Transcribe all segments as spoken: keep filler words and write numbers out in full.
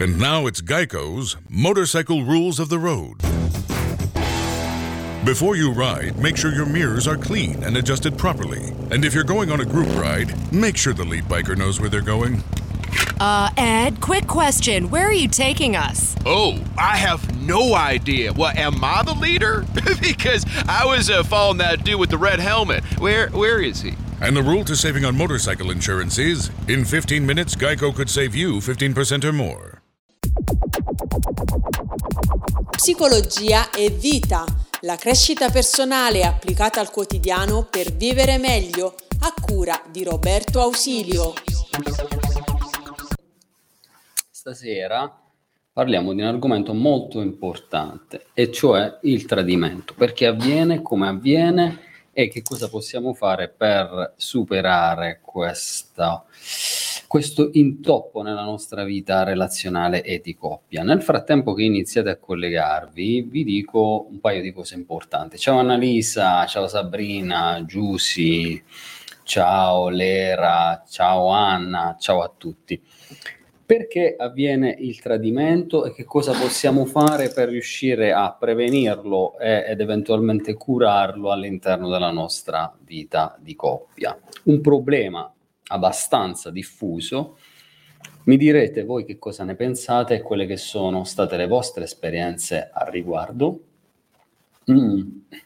And now it's Geico's Motorcycle Rules of the Road. Before you ride, make sure your mirrors are clean and adjusted properly. And if you're going on a group ride, make sure the lead biker knows where they're going. Uh, Ed, quick question. Where are you taking us? Oh, I have no idea. Well, am I the leader? Because I was uh, following that dude with the red helmet. Where, where is he? And the rule to saving on motorcycle insurance is, in fifteen minutes, Geico could save you fifteen percent or more. Psicologia e vita. La crescita personale applicata al quotidiano per vivere meglio, a cura di Roberto Ausilio. Stasera parliamo di un argomento molto importante, e cioè il tradimento. Perché avviene, come avviene e che cosa possiamo fare per superare questa, questo intoppo nella nostra vita relazionale e di coppia. Nel frattempo che iniziate a collegarvi, vi dico un paio di cose importanti. Ciao Annalisa, ciao Sabrina, Giusy, ciao Lera, ciao Anna, ciao a tutti. Perché avviene il tradimento e che cosa possiamo fare per riuscire a prevenirlo e, ed eventualmente curarlo all'interno della nostra vita di coppia? Un problema abbastanza diffuso. Mi direte voi che cosa ne pensate e quelle che sono state le vostre esperienze al riguardo. Mm.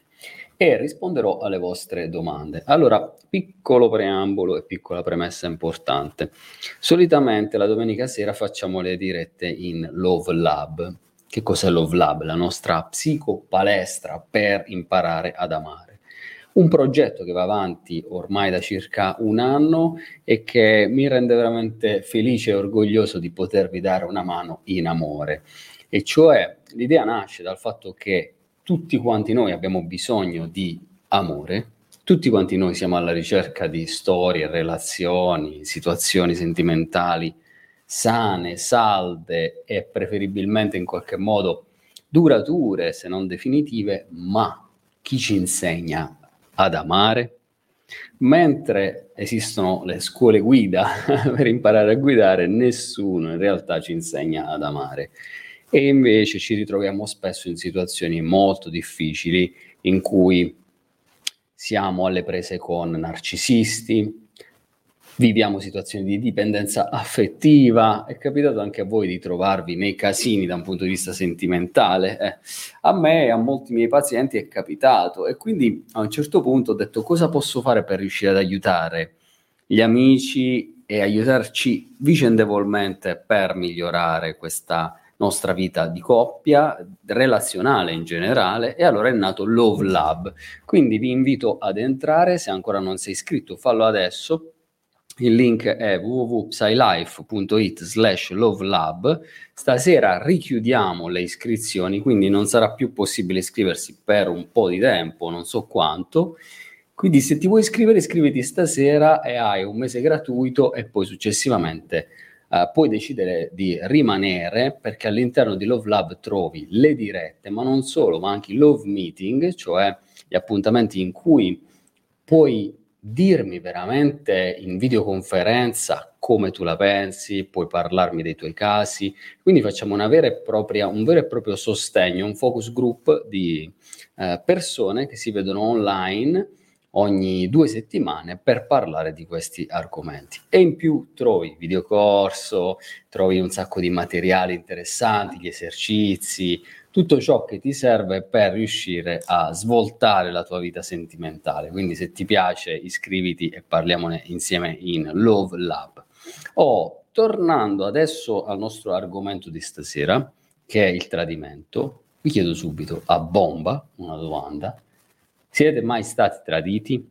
E risponderò alle vostre domande. Allora, piccolo preambolo e piccola premessa importante. Solitamente la domenica sera facciamo le dirette in Love Lab. Che cos'è Love Lab? La nostra psicopalestra per imparare ad amare. Un progetto che va avanti ormai da circa un anno e che mi rende veramente felice e orgoglioso di potervi dare una mano in amore. E cioè, l'idea nasce dal fatto che tutti quanti noi abbiamo bisogno di amore, tutti quanti noi siamo alla ricerca di storie, relazioni, situazioni sentimentali sane, salde e preferibilmente in qualche modo durature, se non definitive, ma chi ci insegna ad amare? Mentre esistono le scuole guida per imparare a guidare, nessuno in realtà ci insegna ad amare. E invece ci ritroviamo spesso in situazioni molto difficili in cui siamo alle prese con narcisisti, viviamo situazioni di dipendenza affettiva. È capitato anche a voi di trovarvi nei casini da un punto di vista sentimentale? Eh, a me e a molti miei pazienti è capitato, e quindi a un certo punto ho detto: cosa posso fare per riuscire ad aiutare gli amici e aiutarci vicendevolmente per migliorare questa nostra vita di coppia, relazionale in generale? E allora è nato Love Lab. Quindi vi invito ad entrare, se ancora non sei iscritto fallo adesso. Il link è w w w punto psylife punto it slash lovelab. Stasera richiudiamo le iscrizioni, quindi non sarà più possibile iscriversi per un po' di tempo, non so quanto. Quindi se ti vuoi iscrivere, iscriviti stasera e hai un mese gratuito, e poi successivamente Uh, puoi decidere di rimanere, perché all'interno di Love Lab trovi le dirette, ma non solo, ma anche i Love Meeting, cioè gli appuntamenti in cui puoi dirmi veramente in videoconferenza come tu la pensi, puoi parlarmi dei tuoi casi. Quindi facciamo una vera e propria, un vero e proprio sostegno, un focus group di uh, persone che si vedono online ogni due settimane per parlare di questi argomenti. E in più trovi videocorso, trovi un sacco di materiali interessanti, gli esercizi, tutto ciò che ti serve per riuscire a svoltare la tua vita sentimentale. Quindi se ti piace, iscriviti e parliamone insieme in Love Lab. Oh, tornando adesso al nostro argomento di stasera, che è il tradimento, vi chiedo subito a bomba una domanda. Siete mai stati traditi?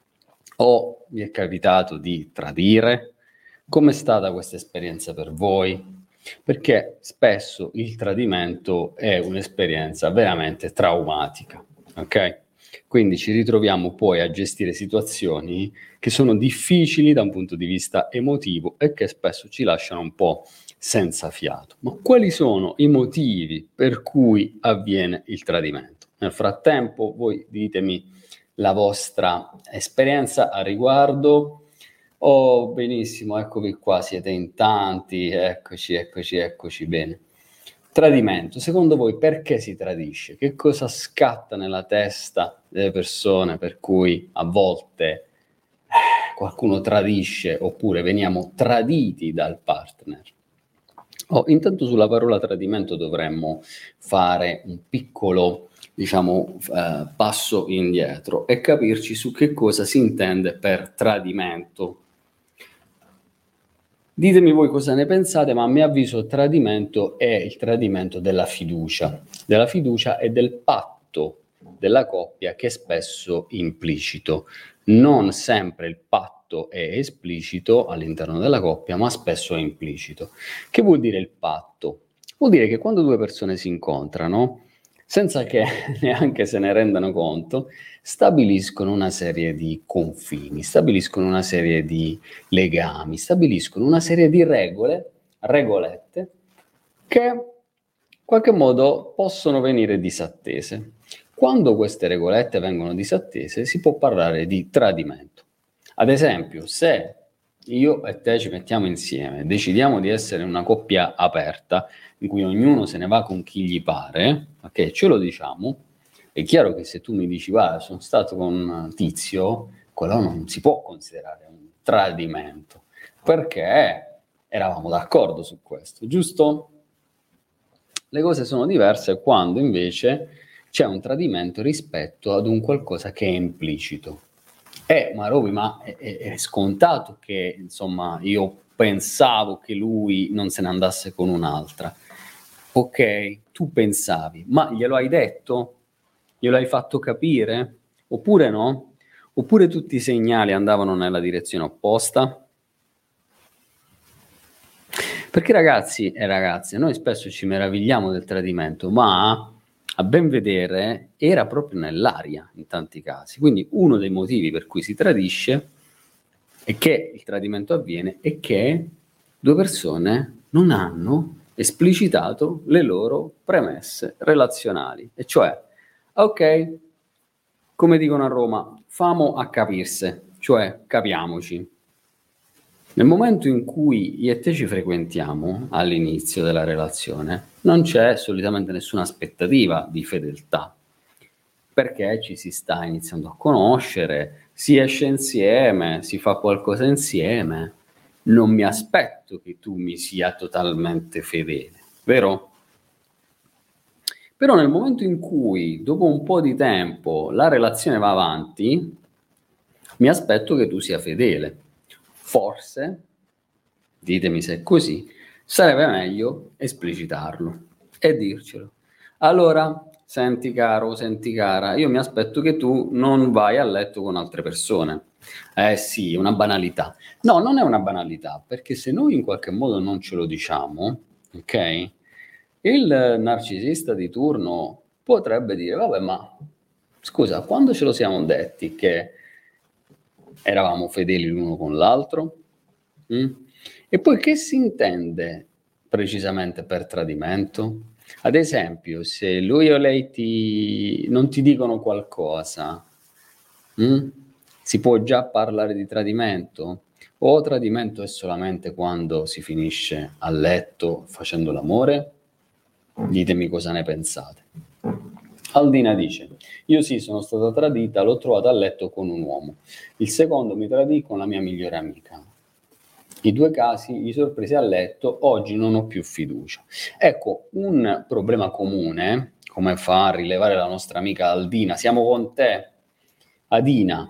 O vi è capitato di tradire? Com'è stata questa esperienza per voi? Perché spesso il tradimento è un'esperienza veramente traumatica, ok? Quindi ci ritroviamo poi a gestire situazioni che sono difficili da un punto di vista emotivo e che spesso ci lasciano un po' senza fiato. Ma quali sono i motivi per cui avviene il tradimento? Nel frattempo voi ditemi la vostra esperienza a riguardo. Oh, benissimo, eccovi qua, siete in tanti, eccoci, eccoci, eccoci, bene. Tradimento, secondo voi perché si tradisce? Che cosa scatta nella testa delle persone per cui a volte qualcuno tradisce oppure veniamo traditi dal partner? Oh, intanto sulla parola tradimento dovremmo fare un piccolo, diciamo, eh, passo indietro e capirci su che cosa si intende per tradimento. Ditemi voi cosa ne pensate, ma a mio avviso tradimento è il tradimento della fiducia, della fiducia e del patto della coppia, che è spesso implicito. Non sempre il patto è esplicito all'interno della coppia, ma spesso è implicito. Che vuol dire il patto? Vuol dire che quando due persone si incontrano, senza che neanche se ne rendano conto, stabiliscono una serie di confini, stabiliscono una serie di legami, stabiliscono una serie di regole, regolette, che in qualche modo possono venire disattese. Quando queste regolette vengono disattese, si può parlare di tradimento. Ad esempio, se io e te ci mettiamo insieme, decidiamo di essere una coppia aperta, in cui ognuno se ne va con chi gli pare, ok, ce lo diciamo, è chiaro che se tu mi dici, guarda, sono stato con Tizio, quello non si può considerare un tradimento, perché eravamo d'accordo su questo, giusto? Le cose sono diverse quando invece c'è un tradimento rispetto ad un qualcosa che è implicito. Eh, ma Roby, ma è, è, è scontato che, insomma, io pensavo che lui non se ne andasse con un'altra. Ok, tu pensavi, ma glielo hai detto? Glielo hai fatto capire? Oppure no? Oppure tutti i segnali andavano nella direzione opposta? Perché ragazzi e ragazze, noi spesso ci meravigliamo del tradimento, ma a ben vedere era proprio nell'aria in tanti casi. Quindi uno dei motivi per cui si tradisce e che il tradimento avviene è che due persone non hanno esplicitato le loro premesse relazionali, e cioè, ok, come dicono a Roma, famo a capirse, cioè capiamoci. Nel momento in cui io e te ci frequentiamo all'inizio della relazione, non c'è solitamente nessuna aspettativa di fedeltà, perché ci si sta iniziando a conoscere, si esce insieme, si fa qualcosa insieme. Non mi aspetto che tu mi sia totalmente fedele, vero? Però nel momento in cui, dopo un po' di tempo, la relazione va avanti, mi aspetto che tu sia fedele. Forse, ditemi se è così, sarebbe meglio esplicitarlo e dircelo. Allora, senti caro, senti cara, io mi aspetto che tu non vai a letto con altre persone. Eh sì, è una banalità. No, non è una banalità, perché se noi in qualche modo non ce lo diciamo, ok? Il narcisista di turno potrebbe dire, vabbè, ma scusa, quando ce lo siamo detti che eravamo fedeli l'uno con l'altro? Mm? E poi che si intende precisamente per tradimento? Ad esempio, se lui o lei ti, non ti dicono qualcosa, mm? si può già parlare di tradimento? O tradimento è solamente quando si finisce a letto facendo l'amore? Ditemi cosa ne pensate. Aldina dice, io sì, sono stata tradita, l'ho trovata a letto con un uomo. Il secondo mi tradì con la mia migliore amica. I due casi li sorpresi a letto, oggi non ho più fiducia. Ecco, un problema comune, come fa a rilevare la nostra amica Aldina, siamo con te, Adina,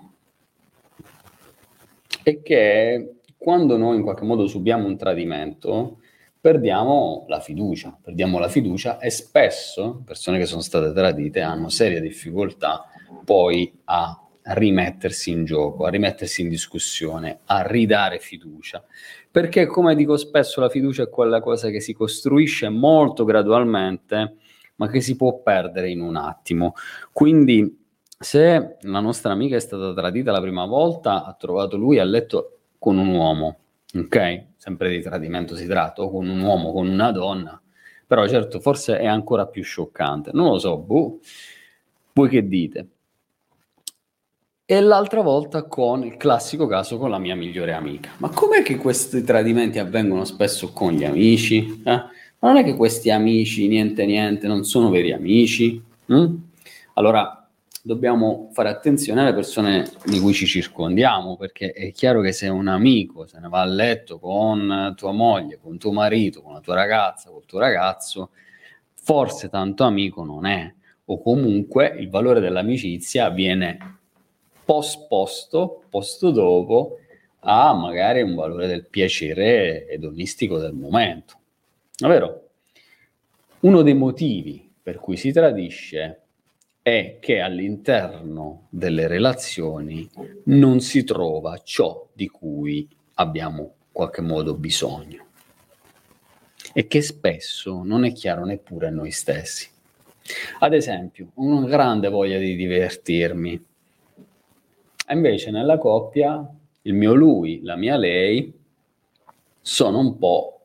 è che quando noi in qualche modo subiamo un tradimento, perdiamo la fiducia, perdiamo la fiducia e spesso persone che sono state tradite hanno serie difficoltà poi a rimettersi in gioco, a rimettersi in discussione, a ridare fiducia, perché come dico spesso la fiducia è quella cosa che si costruisce molto gradualmente, ma che si può perdere in un attimo. Quindi se la nostra amica è stata tradita la prima volta, ha trovato lui a letto con un uomo, ok? Sempre di tradimento si tratta, o con un uomo, con una donna, però certo forse è ancora più scioccante, non lo so, boh. Voi che dite? e l'altra volta con il classico caso con la mia migliore amica. Ma com'è che questi tradimenti avvengono spesso con gli amici? Eh? Ma non è che questi amici, niente niente, non sono veri amici? Mm? Allora, dobbiamo fare attenzione alle persone di cui ci circondiamo, perché è chiaro che se un amico se ne va a letto con tua moglie, con tuo marito, con la tua ragazza, col tuo ragazzo, forse tanto amico non è, o comunque il valore dell'amicizia viene posposto, posto dopo, a magari un valore del piacere edonistico del momento. Davvero? Uno dei motivi per cui si tradisce è che all'interno delle relazioni non si trova ciò di cui abbiamo in qualche modo bisogno e che spesso non è chiaro neppure a noi stessi. Ad esempio, ho una grande voglia di divertirmi, e invece nella coppia il mio lui, la mia lei sono un po'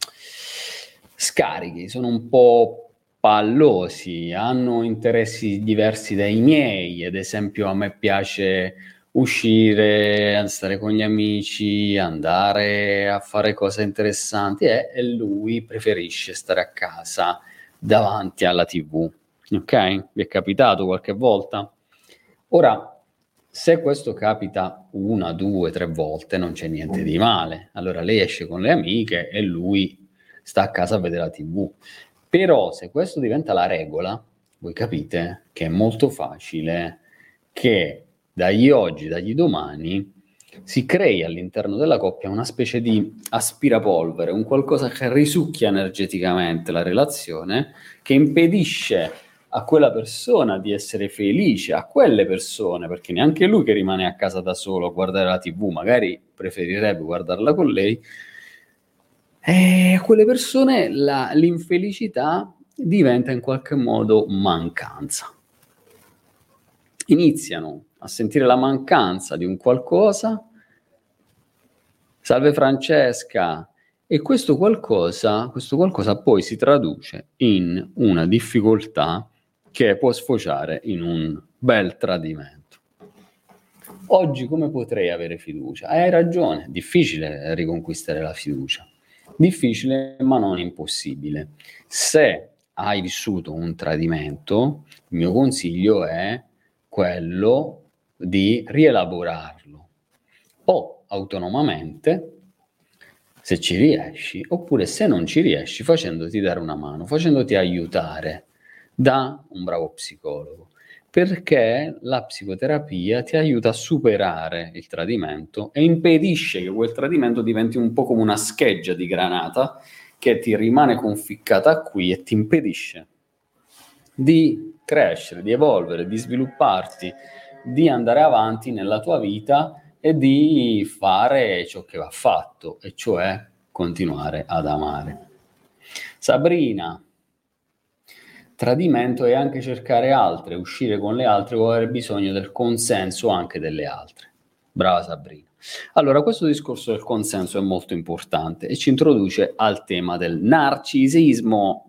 scarichi, sono un po' pallosi, hanno interessi diversi dai miei. Ad esempio, a me piace uscire, stare con gli amici, andare a fare cose interessanti e, e lui preferisce stare a casa davanti alla tivù. Ok? Vi è capitato qualche volta? Ora, se questo capita una, due, tre volte non c'è niente di male. Allora lei esce con le amiche e lui sta a casa a vedere la tivù. Però se questo diventa la regola, voi capite che è molto facile che dagli oggi, dagli domani, si crei all'interno della coppia una specie di aspirapolvere, un qualcosa che risucchia energeticamente la relazione, che impedisce a quella persona di essere felice, a quelle persone, perché neanche lui che rimane a casa da solo a guardare la tivù, magari preferirebbe guardarla con lei, e a quelle persone la, l'infelicità diventa in qualche modo mancanza. Iniziano a sentire la mancanza di un qualcosa, salve Francesca, e questo qualcosa, questo qualcosa poi si traduce in una difficoltà che può sfociare in un bel tradimento. Oggi come potrei avere fiducia? Hai ragione, difficile riconquistare la fiducia. Difficile ma non impossibile. Se hai vissuto un tradimento, il mio consiglio è quello di rielaborarlo o autonomamente, se ci riesci, oppure se non ci riesci facendoti dare una mano, facendoti aiutare da un bravo psicologo, perché la psicoterapia ti aiuta a superare il tradimento e impedisce che quel tradimento diventi un po' come una scheggia di granata che ti rimane conficcata qui e ti impedisce di crescere, di evolvere, di svilupparti, di andare avanti nella tua vita e di fare ciò che va fatto, e cioè continuare ad amare. Sabrina, tradimento è anche cercare altre, uscire con le altre o avere bisogno del consenso anche delle altre. Brava Sabrina. Allora, questo discorso del consenso è molto importante e ci introduce al tema del narcisismo,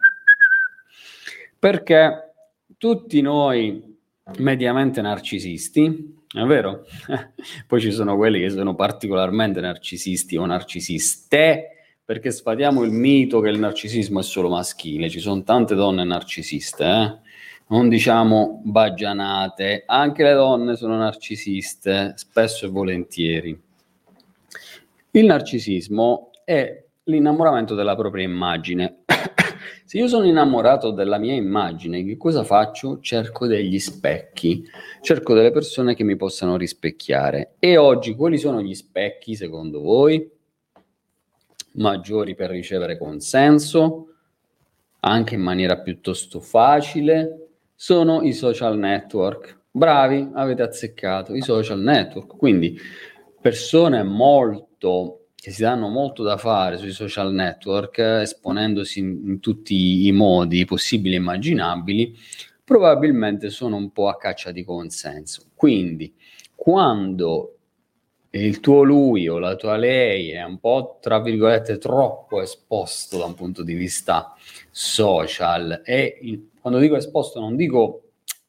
perché tutti noi mediamente narcisisti, è vero? Poi ci sono quelli che sono particolarmente narcisisti o narcisiste, perché sfatiamo il mito che il narcisismo è solo maschile. Ci sono tante donne narcisiste, eh? Non diciamo baggianate, anche le donne sono narcisiste, spesso e volentieri. Il narcisismo è l'innamoramento della propria immagine. Se io sono innamorato della mia immagine, che cosa faccio? Cerco degli specchi, cerco delle persone che mi possano rispecchiare. E oggi quali sono gli specchi secondo voi? Maggiori per ricevere consenso, anche in maniera piuttosto facile, sono i social network. Bravi, avete azzeccato, i social network. Quindi persone molto che si danno molto da fare sui social network, esponendosi in, in tutti i modi possibili e immaginabili, probabilmente sono un po' a caccia di consenso. Quindi, quando il tuo lui o la tua lei è un po', tra virgolette, troppo esposto da un punto di vista social, e in, quando dico esposto non dico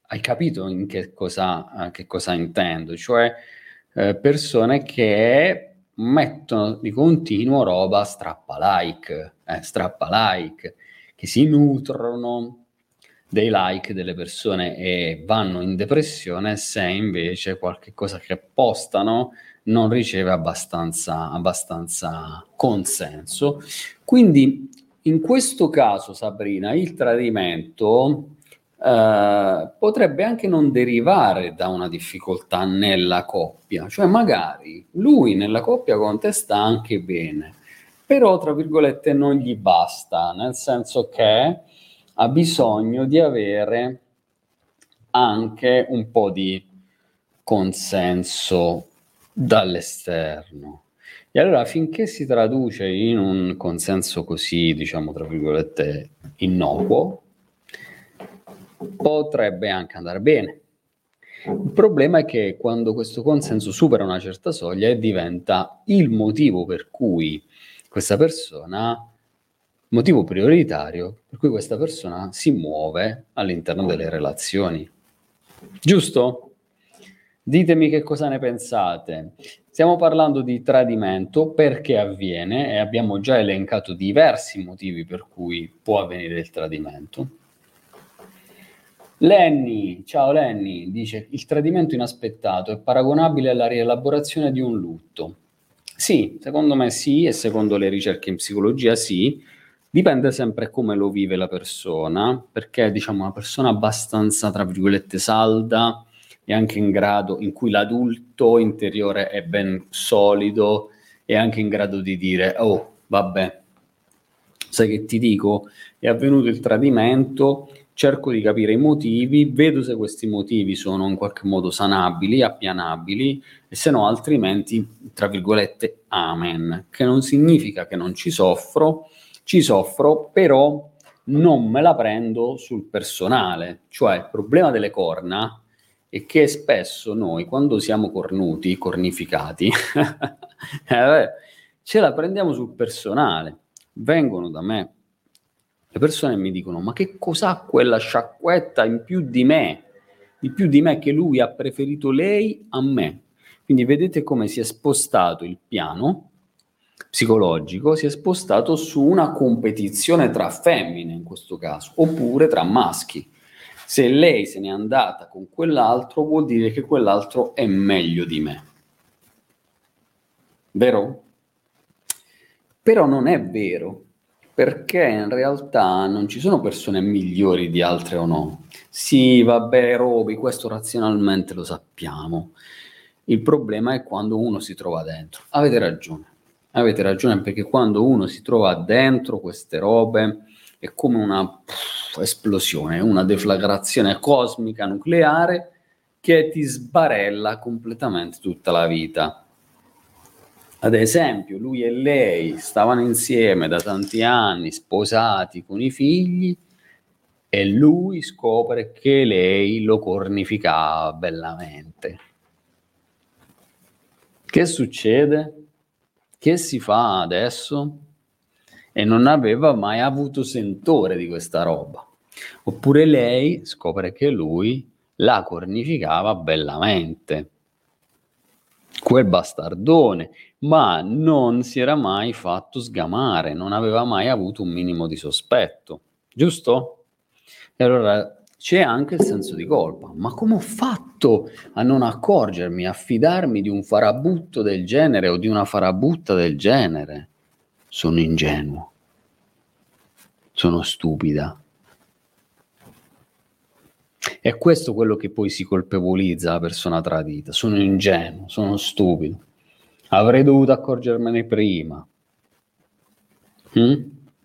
hai capito in che cosa, che cosa intendo? Cioè eh, persone che mettono di continuo roba strappa like, eh, strappa like, che si nutrono dei like delle persone e vanno in depressione se invece qualche cosa che postano non riceve abbastanza, abbastanza consenso. Quindi in questo caso, Sabrina, il tradimento eh, potrebbe anche non derivare da una difficoltà nella coppia, cioè magari lui nella coppia con te sta anche bene, però tra virgolette non gli basta, nel senso che ha bisogno di avere anche un po' di consenso dall'esterno. E allora finché si traduce in un consenso così, diciamo, tra virgolette, innocuo, potrebbe anche andare bene. Il problema è che quando questo consenso supera una certa soglia e diventa il motivo per cui questa persona, motivo prioritario per cui questa persona si muove all'interno delle relazioni. Giusto? Ditemi che cosa ne pensate. Stiamo parlando di tradimento, perché avviene, e abbiamo già elencato diversi motivi per cui può avvenire il tradimento. Lenny, ciao Lenny, dice: il tradimento inaspettato è paragonabile alla rielaborazione di un lutto. Sì, secondo me sì, e secondo le ricerche in psicologia sì. Dipende sempre come lo vive la persona, perché diciamo una persona abbastanza, tra virgolette, salda è anche in grado, in cui l'adulto interiore è ben solido, è anche in grado di dire: oh, vabbè, sai che ti dico, è avvenuto il tradimento, cerco di capire i motivi, vedo se questi motivi sono in qualche modo sanabili, appianabili, e se no altrimenti, tra virgolette, amen, che non significa che non ci soffro, ci soffro, però non me la prendo sul personale. Cioè il problema delle corna è che spesso noi, quando siamo cornuti, cornificati, eh, ce la prendiamo sul personale. Vengono da me le persone e mi dicono: ma che cos'ha quella sciacquetta in più di me? Di più di me, che lui ha preferito lei a me. Quindi vedete come si è spostato il piano psicologico, si è spostato su una competizione tra femmine in questo caso, oppure tra maschi. Se lei se n'è andata con quell'altro, vuol dire che quell'altro è meglio di me. Vero? Però non è vero, perché in realtà non ci sono persone migliori di altre o no. Sì, vabbè, Roby, questo razionalmente lo sappiamo. Il problema è quando uno si trova dentro. Avete ragione, avete ragione, perché quando uno si trova dentro queste robe è come una pff, esplosione, una deflagrazione cosmica nucleare che ti sbarella completamente tutta la vita. Ad esempio, lui e lei stavano insieme da tanti anni, sposati con i figli, e lui scopre che lei lo cornificava bellamente. Che succede? Che si fa adesso? E non aveva mai avuto sentore di questa roba. Oppure lei scopre che lui la cornificava bellamente. Quel bastardone, ma non si era mai fatto sgamare, non aveva mai avuto un minimo di sospetto, giusto? E allora c'è anche il senso di colpa. Ma come ho fatto a non accorgermi, a fidarmi di un farabutto del genere o di una farabutta del genere? Sono ingenuo, sono stupida. È questo quello che poi si colpevolizza la persona tradita. Sono ingenuo, sono stupido. Avrei dovuto accorgermene prima. Mm?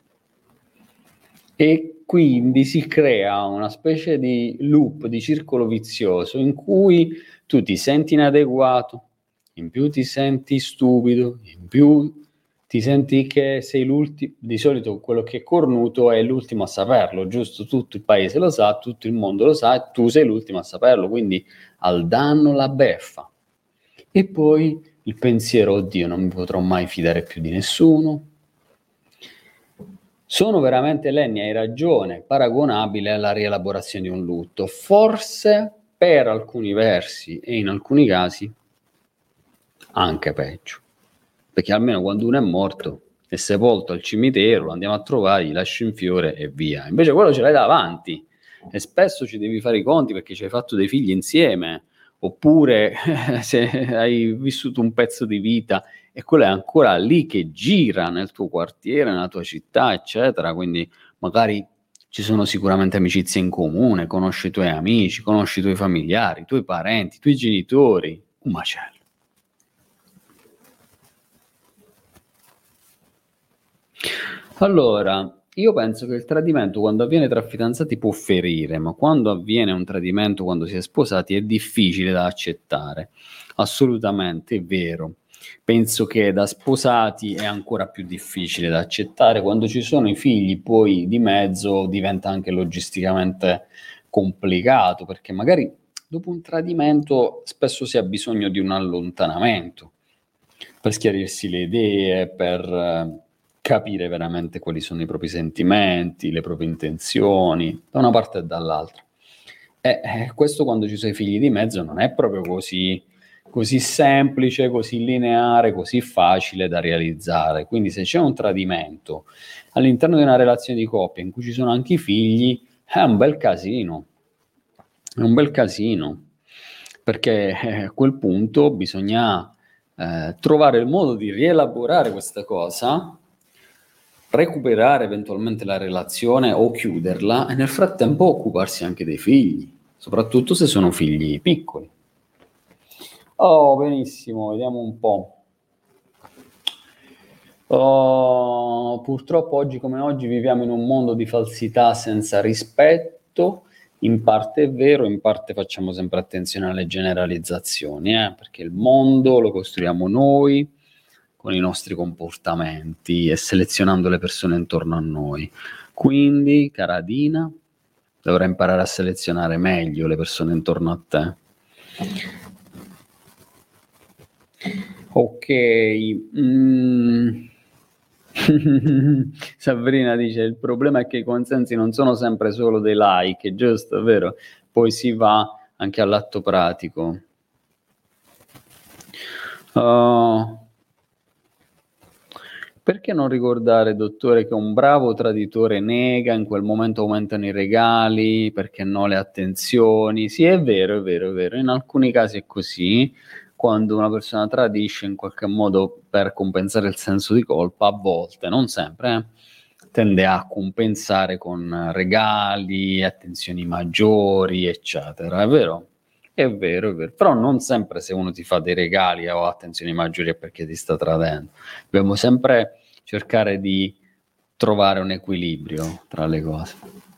E quindi si crea una specie di loop, di circolo vizioso, in cui tu ti senti inadeguato, in più ti senti stupido, in più ti senti che sei l'ultimo. Di solito quello che è cornuto è l'ultimo a saperlo, giusto? Tutto il paese lo sa, tutto il mondo lo sa, e tu sei l'ultimo a saperlo, quindi al danno la beffa. E poi il pensiero: oddio, non mi potrò mai fidare più di nessuno. sono veramente, Lenny, hai ragione, paragonabile alla rielaborazione di un lutto. Forse per alcuni versi e in alcuni casi anche peggio. Perché almeno quando uno è morto, è sepolto al cimitero, lo andiamo a trovare, gli lasci un fiore e via. Invece quello ce l'hai davanti e spesso ci devi fare i conti perché ci hai fatto dei figli insieme, oppure se hai vissuto un pezzo di vita e quello è ancora lì che gira nel tuo quartiere, nella tua città, eccetera. Quindi magari ci sono sicuramente amicizie in comune, conosci i tuoi amici, conosci i tuoi familiari, i tuoi parenti, i tuoi genitori, un macello. Allora, io penso che il tradimento quando avviene tra fidanzati può ferire, ma quando avviene un tradimento quando si è sposati è difficile da accettare. Assolutamente, è vero. Penso che da sposati è ancora più difficile da accettare. Quando ci sono i figli poi di mezzo diventa anche logisticamente complicato, perché magari dopo un tradimento spesso si ha bisogno di un allontanamento per schiarirsi le idee, per eh, capire veramente quali sono i propri sentimenti, le proprie intenzioni, da una parte e dall'altra. E eh, questo quando ci sono i figli di mezzo non è proprio così, così semplice, così lineare, così facile da realizzare. Quindi se c'è un tradimento all'interno di una relazione di coppia in cui ci sono anche i figli, è un bel casino. È un bel casino, perché eh, a quel punto bisogna eh, trovare il modo di rielaborare questa cosa, recuperare eventualmente la relazione o chiuderla e nel frattempo occuparsi anche dei figli, soprattutto se sono figli piccoli. Oh, benissimo, vediamo un po'. Oh, purtroppo oggi come oggi viviamo in un mondo di falsità senza rispetto. In parte è vero, in parte facciamo sempre attenzione alle generalizzazioni, eh? Perché il mondo lo costruiamo noi con i nostri comportamenti e selezionando le persone intorno a noi. Quindi, cara Dina, dovrai imparare a selezionare meglio le persone intorno a te. Ok. Mm. Sabrina dice: il problema è che i consensi non sono sempre solo dei like, giusto, vero? Poi si va anche all'atto pratico. Uh, perché non ricordare, dottore, che un bravo traditore nega, in quel momento aumentano i regali, perché no le attenzioni? Sì, è vero, è vero, è vero, in alcuni casi è così. Quando una persona tradisce in qualche modo per compensare il senso di colpa, a volte, non sempre, eh, tende a compensare con regali, attenzioni maggiori, eccetera. È vero? È vero, è vero. Però non sempre se uno ti fa dei regali o attenzioni maggiori è perché ti sta tradendo. Dobbiamo sempre cercare di trovare un equilibrio tra le cose.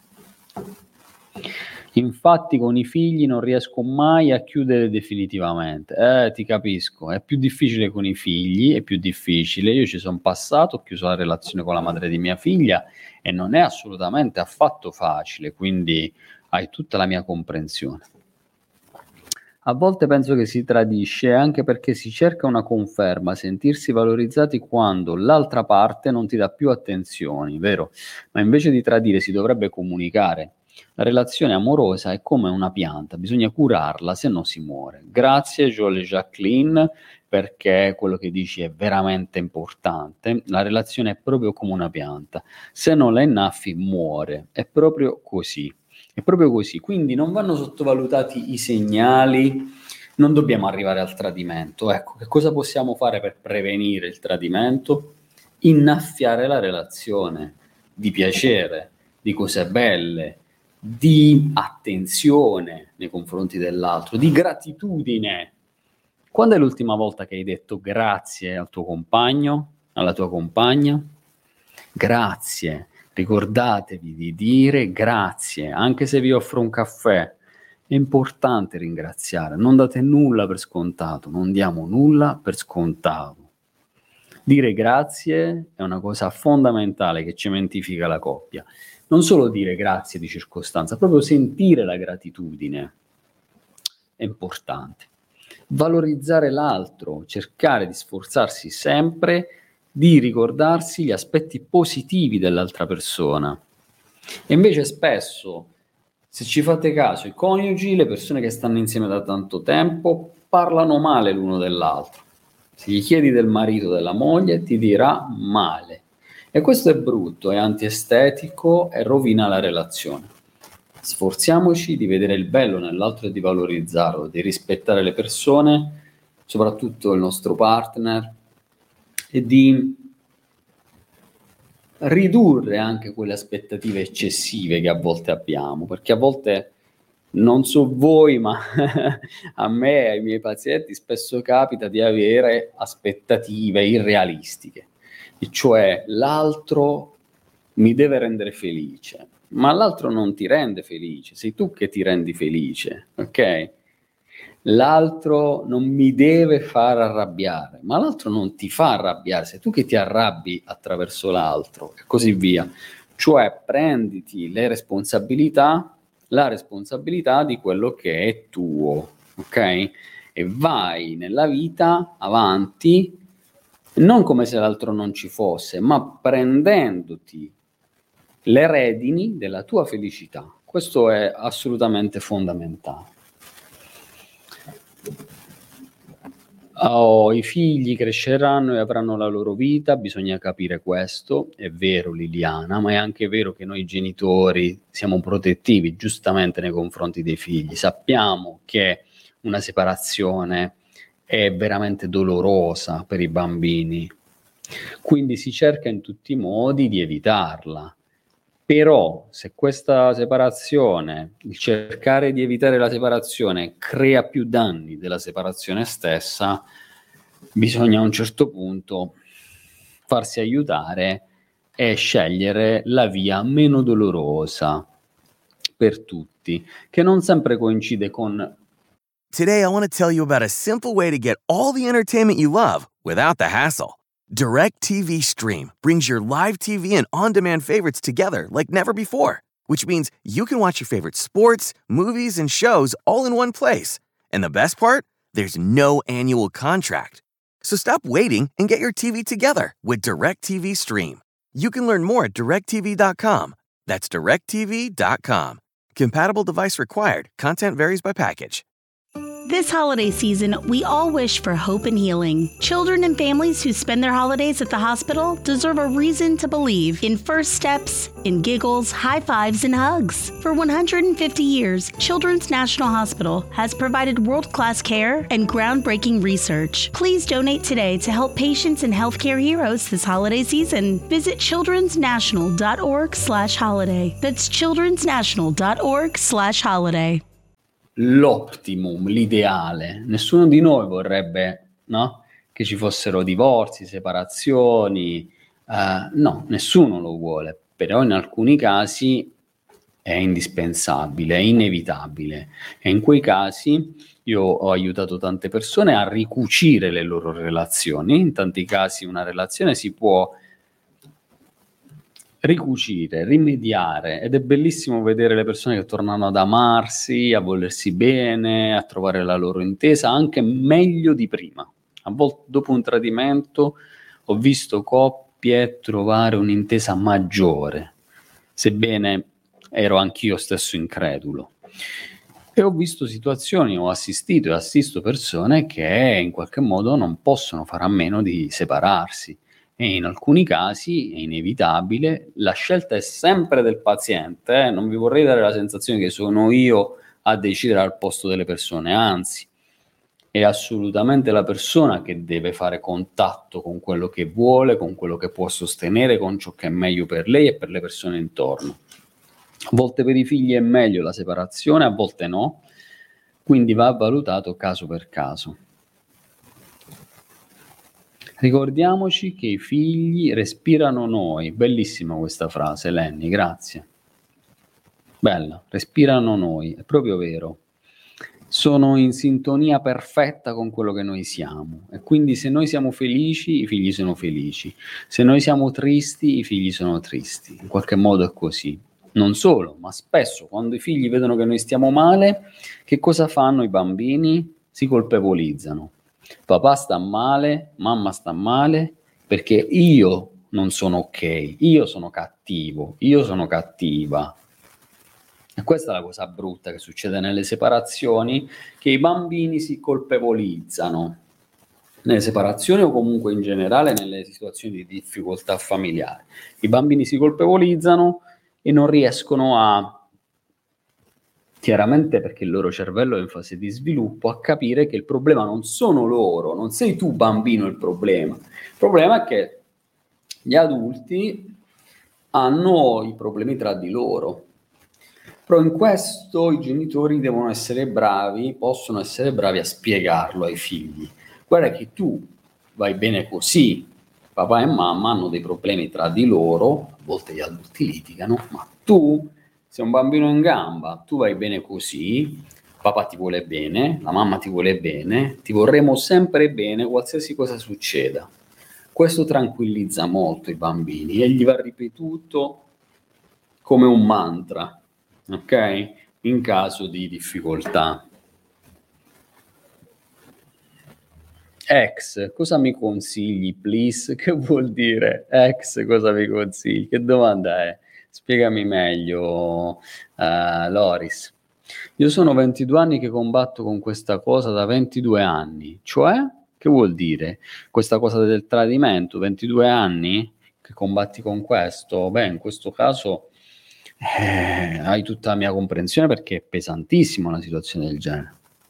Infatti con i figli non riesco mai a chiudere definitivamente. Eh, ti capisco, è più difficile con i figli, è più difficile. Io ci sono passato, ho chiuso la relazione con la madre di mia figlia e non è assolutamente affatto facile, quindi hai tutta la mia comprensione. A volte penso che si tradisce anche perché si cerca una conferma, sentirsi valorizzati quando l'altra parte non ti dà più attenzioni, vero? Ma invece di tradire si dovrebbe comunicare. La relazione amorosa è come una pianta, bisogna curarla, se no si muore. Grazie Joel e Jacqueline, perché quello che dici è veramente importante. La relazione è proprio come una pianta, se non la innaffi muore, è proprio così. È proprio così, quindi non vanno sottovalutati i segnali, non dobbiamo arrivare al tradimento. Ecco, che cosa possiamo fare per prevenire il tradimento? Innaffiare la relazione di piacere, di cose belle, di attenzione nei confronti dell'altro, di gratitudine. Quando è l'ultima volta che hai detto grazie al tuo compagno, alla tua compagna? Grazie. Ricordatevi di dire grazie, anche se vi offro un caffè. È importante ringraziare, non date nulla per scontato, non diamo nulla per scontato. Dire grazie è una cosa fondamentale che cementifica la coppia. Non solo dire grazie di circostanza, proprio sentire la gratitudine è importante. Valorizzare l'altro, cercare di sforzarsi sempre di ricordarsi gli aspetti positivi dell'altra persona. E invece spesso, se ci fate caso, i coniugi, le persone che stanno insieme da tanto tempo, parlano male l'uno dell'altro. Se gli chiedi del marito o della moglie, ti dirà male. E questo è brutto, è antiestetico e rovina la relazione. Sforziamoci di vedere il bello nell'altro e di valorizzarlo, di rispettare le persone, soprattutto il nostro partner, e di ridurre anche quelle aspettative eccessive che a volte abbiamo, perché a volte, non so voi, ma a me e ai miei pazienti spesso capita di avere aspettative irrealistiche, e cioè l'altro mi deve rendere felice, ma l'altro non ti rende felice, sei tu che ti rendi felice, ok? L'altro non mi deve far arrabbiare, ma l'altro non ti fa arrabbiare, sei tu che ti arrabbi attraverso l'altro, e così via. Cioè prenditi le responsabilità, la responsabilità di quello che è tuo, ok? E vai nella vita avanti, non come se l'altro non ci fosse, ma prendendoti le redini della tua felicità. Questo è assolutamente fondamentale. Oh, i figli cresceranno e avranno la loro vita, bisogna capire questo, è vero Liliana, ma è anche vero che noi genitori siamo protettivi giustamente nei confronti dei figli, sappiamo che una separazione è veramente dolorosa per i bambini, quindi si cerca in tutti i modi di evitarla. Però se questa separazione, il cercare di evitare la separazione crea più danni della separazione stessa, bisogna a un certo punto farsi aiutare e scegliere la via meno dolorosa per tutti, che non sempre coincide con... Today I want to tell you about a simple way to get all the entertainment you love without the hassle. DirecTV Stream brings your live T V and on-demand favorites together like never before, which means you can watch your favorite sports, movies, and shows all in one place. And the best part? There's no annual contract. So stop waiting and get your T V together with DirecTV Stream. You can learn more at direct t v dot com. That's direct t v dot com. Compatible device required. Content varies by package. This holiday season, we all wish for hope and healing. Children and families who spend their holidays at the hospital deserve a reason to believe in first steps, in giggles, high fives, and hugs. For one hundred fifty years, Children's National Hospital has provided world-class care and groundbreaking research. Please donate today to help patients and healthcare heroes this holiday season. Visit children's national dot org slash holiday. That's children's national dot org slash holiday. L'optimum, l'ideale. Nessuno di noi vorrebbe, no? Che ci fossero divorzi, separazioni. Uh, no, nessuno lo vuole. Però in alcuni casi è indispensabile, è inevitabile. E in quei casi io ho aiutato tante persone a ricucire le loro relazioni. In tanti casi una relazione si può ricucire, rimediare, ed è bellissimo vedere le persone che tornano ad amarsi, a volersi bene, a trovare la loro intesa anche meglio di prima. A volte dopo un tradimento ho visto coppie trovare un'intesa maggiore, sebbene ero anch'io stesso incredulo. E ho visto situazioni, ho assistito e assisto persone che in qualche modo non possono fare a meno di separarsi. E in alcuni casi è inevitabile, la scelta è sempre del paziente, eh? Non vi vorrei dare la sensazione che sono io a decidere al posto delle persone, anzi, è assolutamente la persona che deve fare contatto con quello che vuole, con quello che può sostenere, con ciò che è meglio per lei e per le persone intorno. A volte per i figli è meglio la separazione, a volte no, quindi va valutato caso per caso. Ricordiamoci che i figli respirano noi. Bellissima questa frase, Lenny, grazie. Bella, respirano noi, è proprio vero. Sono in sintonia perfetta con quello che noi siamo. E quindi se noi siamo felici, i figli sono felici. Se noi siamo tristi, i figli sono tristi. In qualche modo è così. Non solo, ma spesso quando i figli vedono che noi stiamo male, che cosa fanno i bambini? Si colpevolizzano. Papà sta male, mamma sta male, perché io non sono ok, io sono cattivo, io sono cattiva. E questa è la cosa brutta che succede nelle separazioni, che i bambini si colpevolizzano. Nelle separazioni o comunque in generale nelle situazioni di difficoltà familiare. I bambini si colpevolizzano e non riescono a, chiaramente perché il loro cervello è in fase di sviluppo, a capire che il problema non sono loro, non sei tu bambino il problema. Il problema è che gli adulti hanno i problemi tra di loro. Però in questo i genitori devono essere bravi, possono essere bravi a spiegarlo ai figli. Guarda che tu vai bene così, papà e mamma hanno dei problemi tra di loro, a volte gli adulti litigano, ma tu sei un bambino in gamba, tu vai bene così, papà ti vuole bene, la mamma ti vuole bene, ti vorremo sempre bene qualsiasi cosa succeda. Questo tranquillizza molto i bambini e gli va ripetuto come un mantra, ok? In caso di difficoltà. Ex, cosa mi consigli, please? Che vuol dire ex, cosa mi consigli? Che domanda è? Spiegami meglio, uh, Loris. Io sono ventidue anni che combatto con questa cosa da ventidue anni, cioè? Che vuol dire? Questa cosa del tradimento, ventidue anni che combatti con questo? Beh, in questo caso eh, hai tutta la mia comprensione perché è pesantissima una situazione del genere.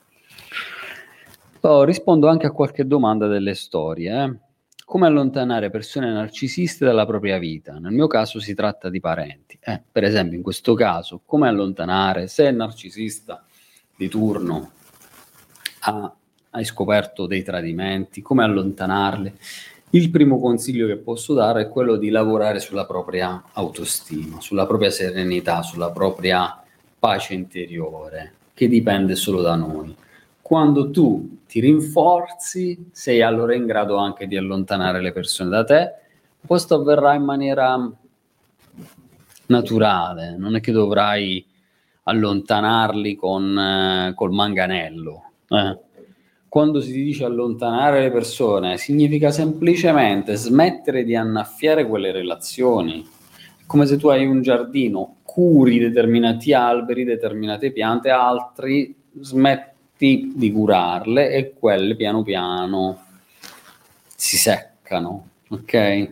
Oh, rispondo anche a qualche domanda delle storie. Eh. Come allontanare persone narcisiste dalla propria vita? Nel mio caso si tratta di parenti. Eh, per esempio, in questo caso, come allontanare se il narcisista di turno ha, hai scoperto dei tradimenti, come allontanarli? Il primo consiglio che posso dare è quello di lavorare sulla propria autostima, sulla propria serenità, sulla propria pace interiore, che dipende solo da noi. Quando tu ti rinforzi, sei allora in grado anche di allontanare le persone da te. Questo avverrà in maniera naturale, non è che dovrai allontanarli con eh, col manganello. Eh. Quando si dice allontanare le persone, significa semplicemente smettere di annaffiare quelle relazioni. È come se tu hai un giardino, curi determinati alberi, determinate piante, altri smetti di curarle e quelle piano piano si seccano, ok?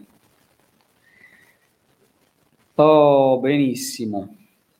Oh, benissimo.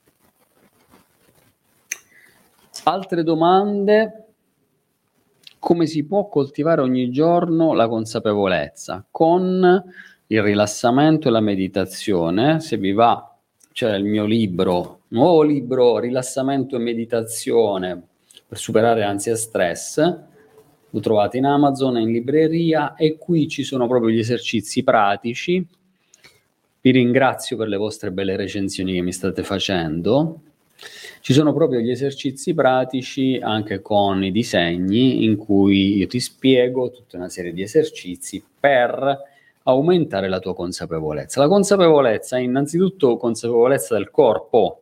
Altre domande? Come si può coltivare ogni giorno la consapevolezza? Con il rilassamento e la meditazione, se vi va, c'è il mio libro, nuovo libro, Rilassamento e Meditazione per superare ansia e stress, lo trovate in Amazon e in libreria e qui ci sono proprio gli esercizi pratici. Vi ringrazio per le vostre belle recensioni che mi state facendo. Ci sono proprio gli esercizi pratici anche con i disegni in cui io ti spiego tutta una serie di esercizi per aumentare la tua consapevolezza. La consapevolezza è innanzitutto consapevolezza del corpo.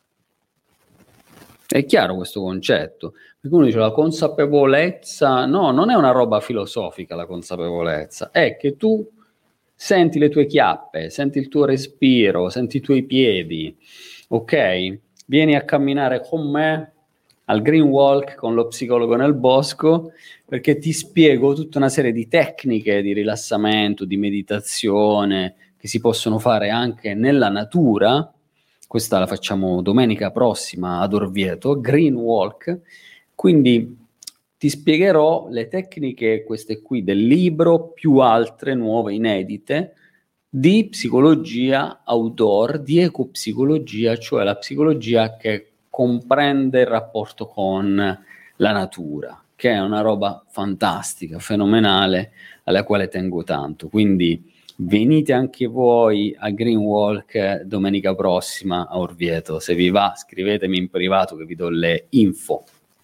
È chiaro questo concetto? Perché uno dice la consapevolezza, no, non è una roba filosofica la consapevolezza, è che tu senti le tue chiappe, senti il tuo respiro, senti i tuoi piedi, ok? Vieni a camminare con me al Green Walk con lo psicologo nel bosco perché ti spiego tutta una serie di tecniche di rilassamento, di meditazione che si possono fare anche nella natura. Questa la facciamo domenica prossima ad Orvieto, Green Walk, quindi ti spiegherò le tecniche, queste qui del libro, più altre nuove, inedite, di psicologia outdoor, di ecopsicologia, cioè la psicologia che comprende il rapporto con la natura, che è una roba fantastica, fenomenale, alla quale tengo tanto, quindi venite anche voi a Green Walk domenica prossima a Orvieto. Se vi va, scrivetemi in privato che vi do le info.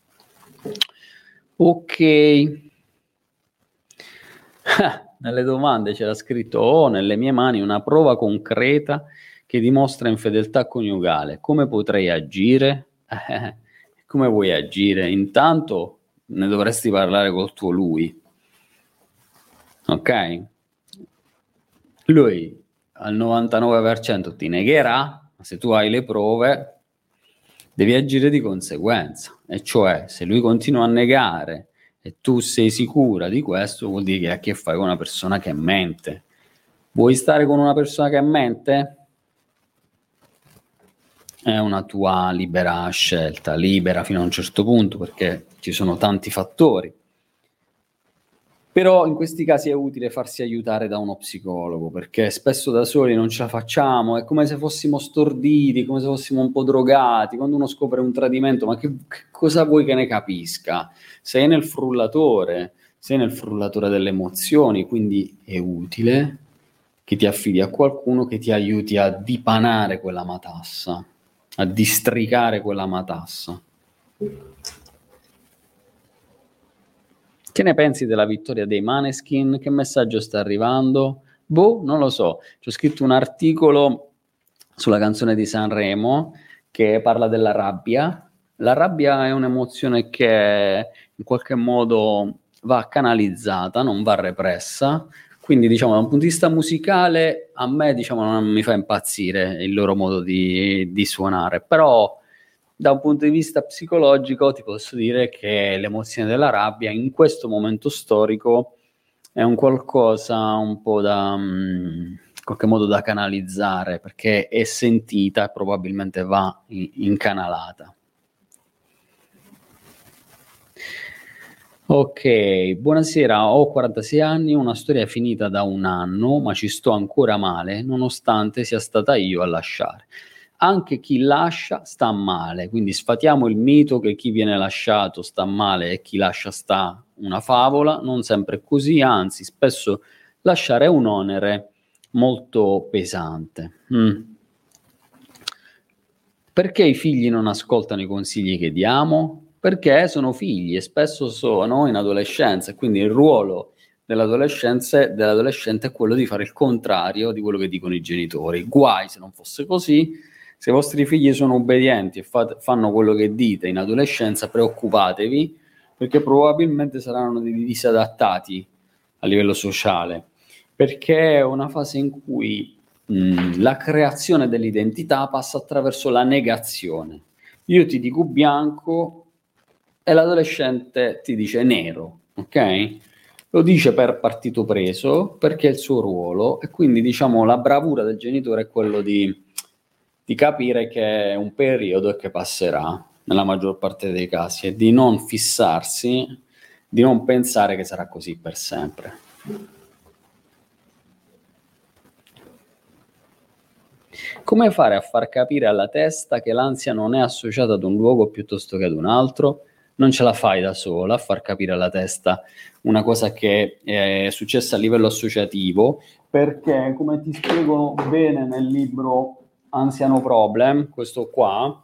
Ok. Nelle domande c'era scritto: ho nelle mie mani una prova concreta che dimostra infedeltà coniugale. Come potrei agire? Eh, come vuoi agire? Intanto ne dovresti parlare col tuo lui. Ok? lui al novantanove per cento ti negherà, ma se tu hai le prove devi agire di conseguenza, e cioè se lui continua a negare e tu sei sicura di questo, vuol dire che hai a che fare con una persona che mente. Vuoi stare con una persona che mente? È una tua libera scelta, libera fino a un certo punto, perché ci sono tanti fattori. Però in questi casi è utile farsi aiutare da uno psicologo, perché spesso da soli non ce la facciamo, è come se fossimo storditi, come se fossimo un po' drogati. Quando uno scopre un tradimento, ma che, che cosa vuoi che ne capisca? Sei nel frullatore, sei nel frullatore delle emozioni, quindi è utile che ti affidi a qualcuno che ti aiuti a dipanare quella matassa, a districare quella matassa. Che ne pensi della vittoria dei Maneskin? Che messaggio sta arrivando? Boh, non lo so. C'ho scritto un articolo sulla canzone di Sanremo che parla della rabbia. La rabbia è un'emozione che in qualche modo va canalizzata, non va repressa. Quindi, diciamo, da un punto di vista musicale, a me, diciamo, non mi fa impazzire il loro modo di, di suonare, però da un punto di vista psicologico ti posso dire che l'emozione della rabbia in questo momento storico è un qualcosa un po' da in qualche modo da canalizzare, perché è sentita e probabilmente va in, incanalata. Ok, buonasera, ho quarantasei anni, una storia finita da un anno, ma ci sto ancora male, nonostante sia stata io a lasciare. Anche chi lascia sta male, quindi sfatiamo il mito che chi viene lasciato sta male e chi lascia sta una favola. Non sempre è così, anzi spesso lasciare è un onere molto pesante. Mm. Perché i figli non ascoltano i consigli che diamo? Perché sono figli e spesso sono in adolescenza, e quindi il ruolo dell'adolescenza, dell'adolescente è quello di fare il contrario di quello che dicono i genitori. Guai se non fosse così. Se i vostri figli sono obbedienti e fate, fanno quello che dite in adolescenza, preoccupatevi, perché probabilmente saranno dei disadattati a livello sociale, perché è una fase in cui mh, la creazione dell'identità passa attraverso la negazione. Io ti dico bianco e l'adolescente ti dice nero, ok? Lo dice per partito preso, perché è il suo ruolo, e quindi, diciamo, la bravura del genitore è quello di di capire che è un periodo e che passerà nella maggior parte dei casi, e di non fissarsi, di non pensare che sarà così per sempre. Come fare a far capire alla testa che l'ansia non è associata ad un luogo piuttosto che ad un altro? Non ce la fai da sola a far capire alla testa una cosa che è successa a livello associativo, perché, come ti spiego bene nel libro Ansiano Problem, questo qua,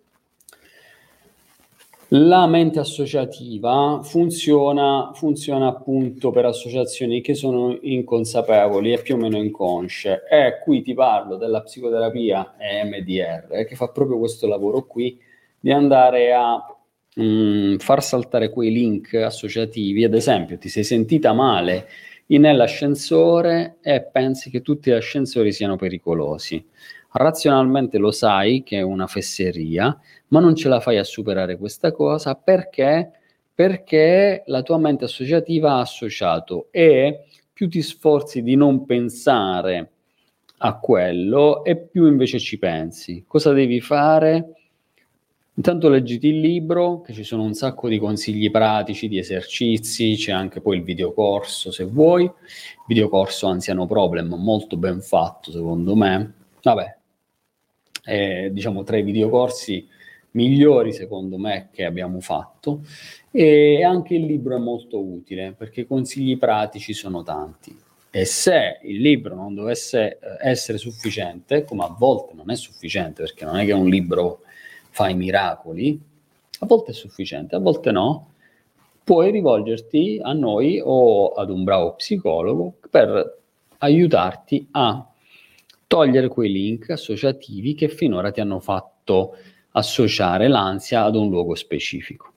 la mente associativa funziona, funziona appunto per associazioni che sono inconsapevoli e più o meno inconsce, e qui ti parlo della psicoterapia E M D R, che fa proprio questo lavoro qui, di andare a mh, far saltare quei link associativi. Ad esempio, ti sei sentita male nell'ascensore e pensi che tutti gli ascensori siano pericolosi. Razionalmente lo sai che è una fesseria, ma non ce la fai a superare questa cosa perché? Perché la tua mente associativa ha associato, e più ti sforzi di non pensare a quello e più invece ci pensi. Cosa devi fare? Intanto leggiti il libro, che ci sono un sacco di consigli pratici, di esercizi, c'è anche poi il videocorso se vuoi, il videocorso Ansiano Problem, molto ben fatto secondo me, vabbè, è, diciamo, tra i videocorsi migliori secondo me che abbiamo fatto, e anche il libro è molto utile perché i consigli pratici sono tanti. E se il libro non dovesse essere sufficiente, come a volte non è sufficiente, perché non è che un libro fa i miracoli, a volte è sufficiente, a volte no, puoi rivolgerti a noi o ad un bravo psicologo per aiutarti a togliere quei link associativi che finora ti hanno fatto associare l'ansia ad un luogo specifico.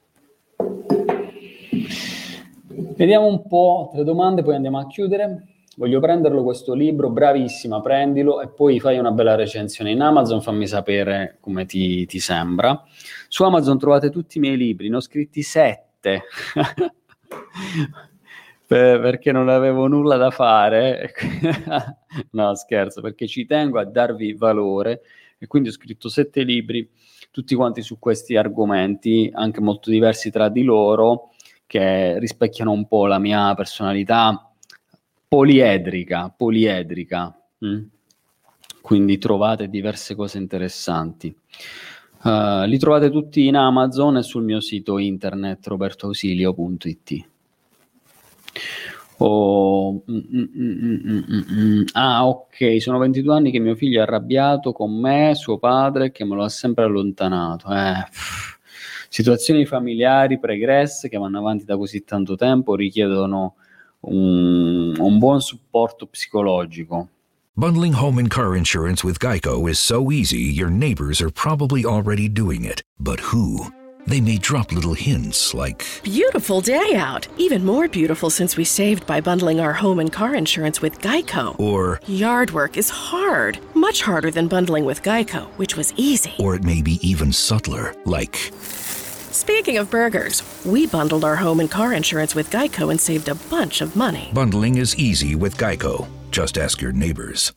Vediamo un po' altre domande, poi andiamo a chiudere. voglio prenderlo questo libro, bravissima, prendilo e poi fai una bella recensione in Amazon, fammi sapere come ti, ti sembra. Su Amazon trovate tutti i miei libri, ne ho scritti sette, perché non avevo nulla da fare. No, scherzo, perché ci tengo a darvi valore e quindi ho scritto sette libri, tutti quanti su questi argomenti, anche molto diversi tra di loro, che rispecchiano un po' la mia personalità poliedrica, poliedrica. Mm? Quindi trovate diverse cose interessanti. Uh, li trovate tutti in Amazon e sul mio sito internet roberto ausilio punto it. Oh, mm, mm, mm, mm, mm. Ah, ok, sono ventidue anni che mio figlio è arrabbiato con me, suo padre, che me lo ha sempre allontanato. Eh, pff. Situazioni familiari pregresse che vanno avanti da così tanto tempo richiedono un, un buon supporto psicologico. Bundling home and car insurance with Geico is so easy, your neighbors are probably already doing it. But who? They may drop little hints like, beautiful day out. Even more beautiful since we saved by bundling our home and car insurance with Geico. Or, yard work is hard. Much harder than bundling with Geico, which was easy. Or it may be even subtler, like, speaking of burgers, we bundled our home and car insurance with Geico and saved a bunch of money. Bundling is easy with Geico. Just ask your neighbors.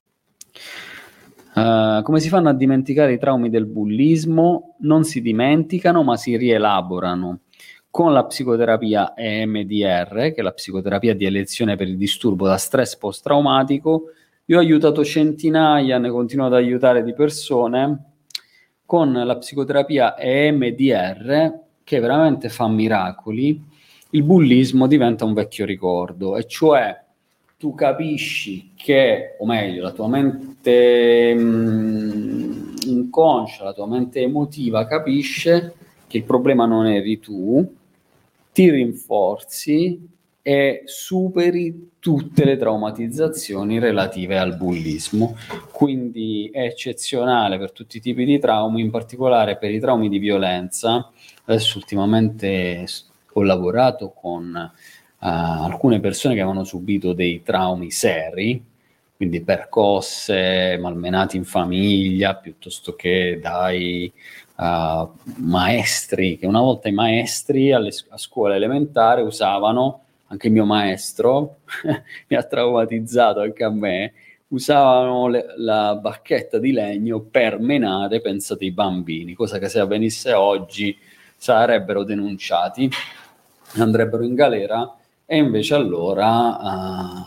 Uh, come si fanno a dimenticare i traumi del bullismo? Non si dimenticano, ma si rielaborano. Con la psicoterapia E M D R, che è la psicoterapia di elezione per il disturbo da stress post-traumatico, io ho aiutato centinaia, ne continuo ad aiutare di persone, con la psicoterapia E M D R, che veramente fa miracoli. Il bullismo diventa un vecchio ricordo, e cioè tu capisci che, o meglio, la tua mente mh, inconscia, la tua mente emotiva capisce che il problema non eri tu, ti rinforzi e superi tutte le traumatizzazioni relative al bullismo. Quindi è eccezionale per tutti i tipi di traumi, in particolare per i traumi di violenza. Adesso ultimamente ho lavorato con Uh, alcune persone che avevano subito dei traumi seri, quindi percosse, malmenati in famiglia, piuttosto che dai uh, maestri, che una volta i maestri alle, a scuola elementare usavano, anche il mio maestro mi ha traumatizzato anche a me, usavano le, la bacchetta di legno per menare, pensate, i bambini, cosa che se avvenisse oggi sarebbero denunciati, andrebbero in galera. E invece allora uh,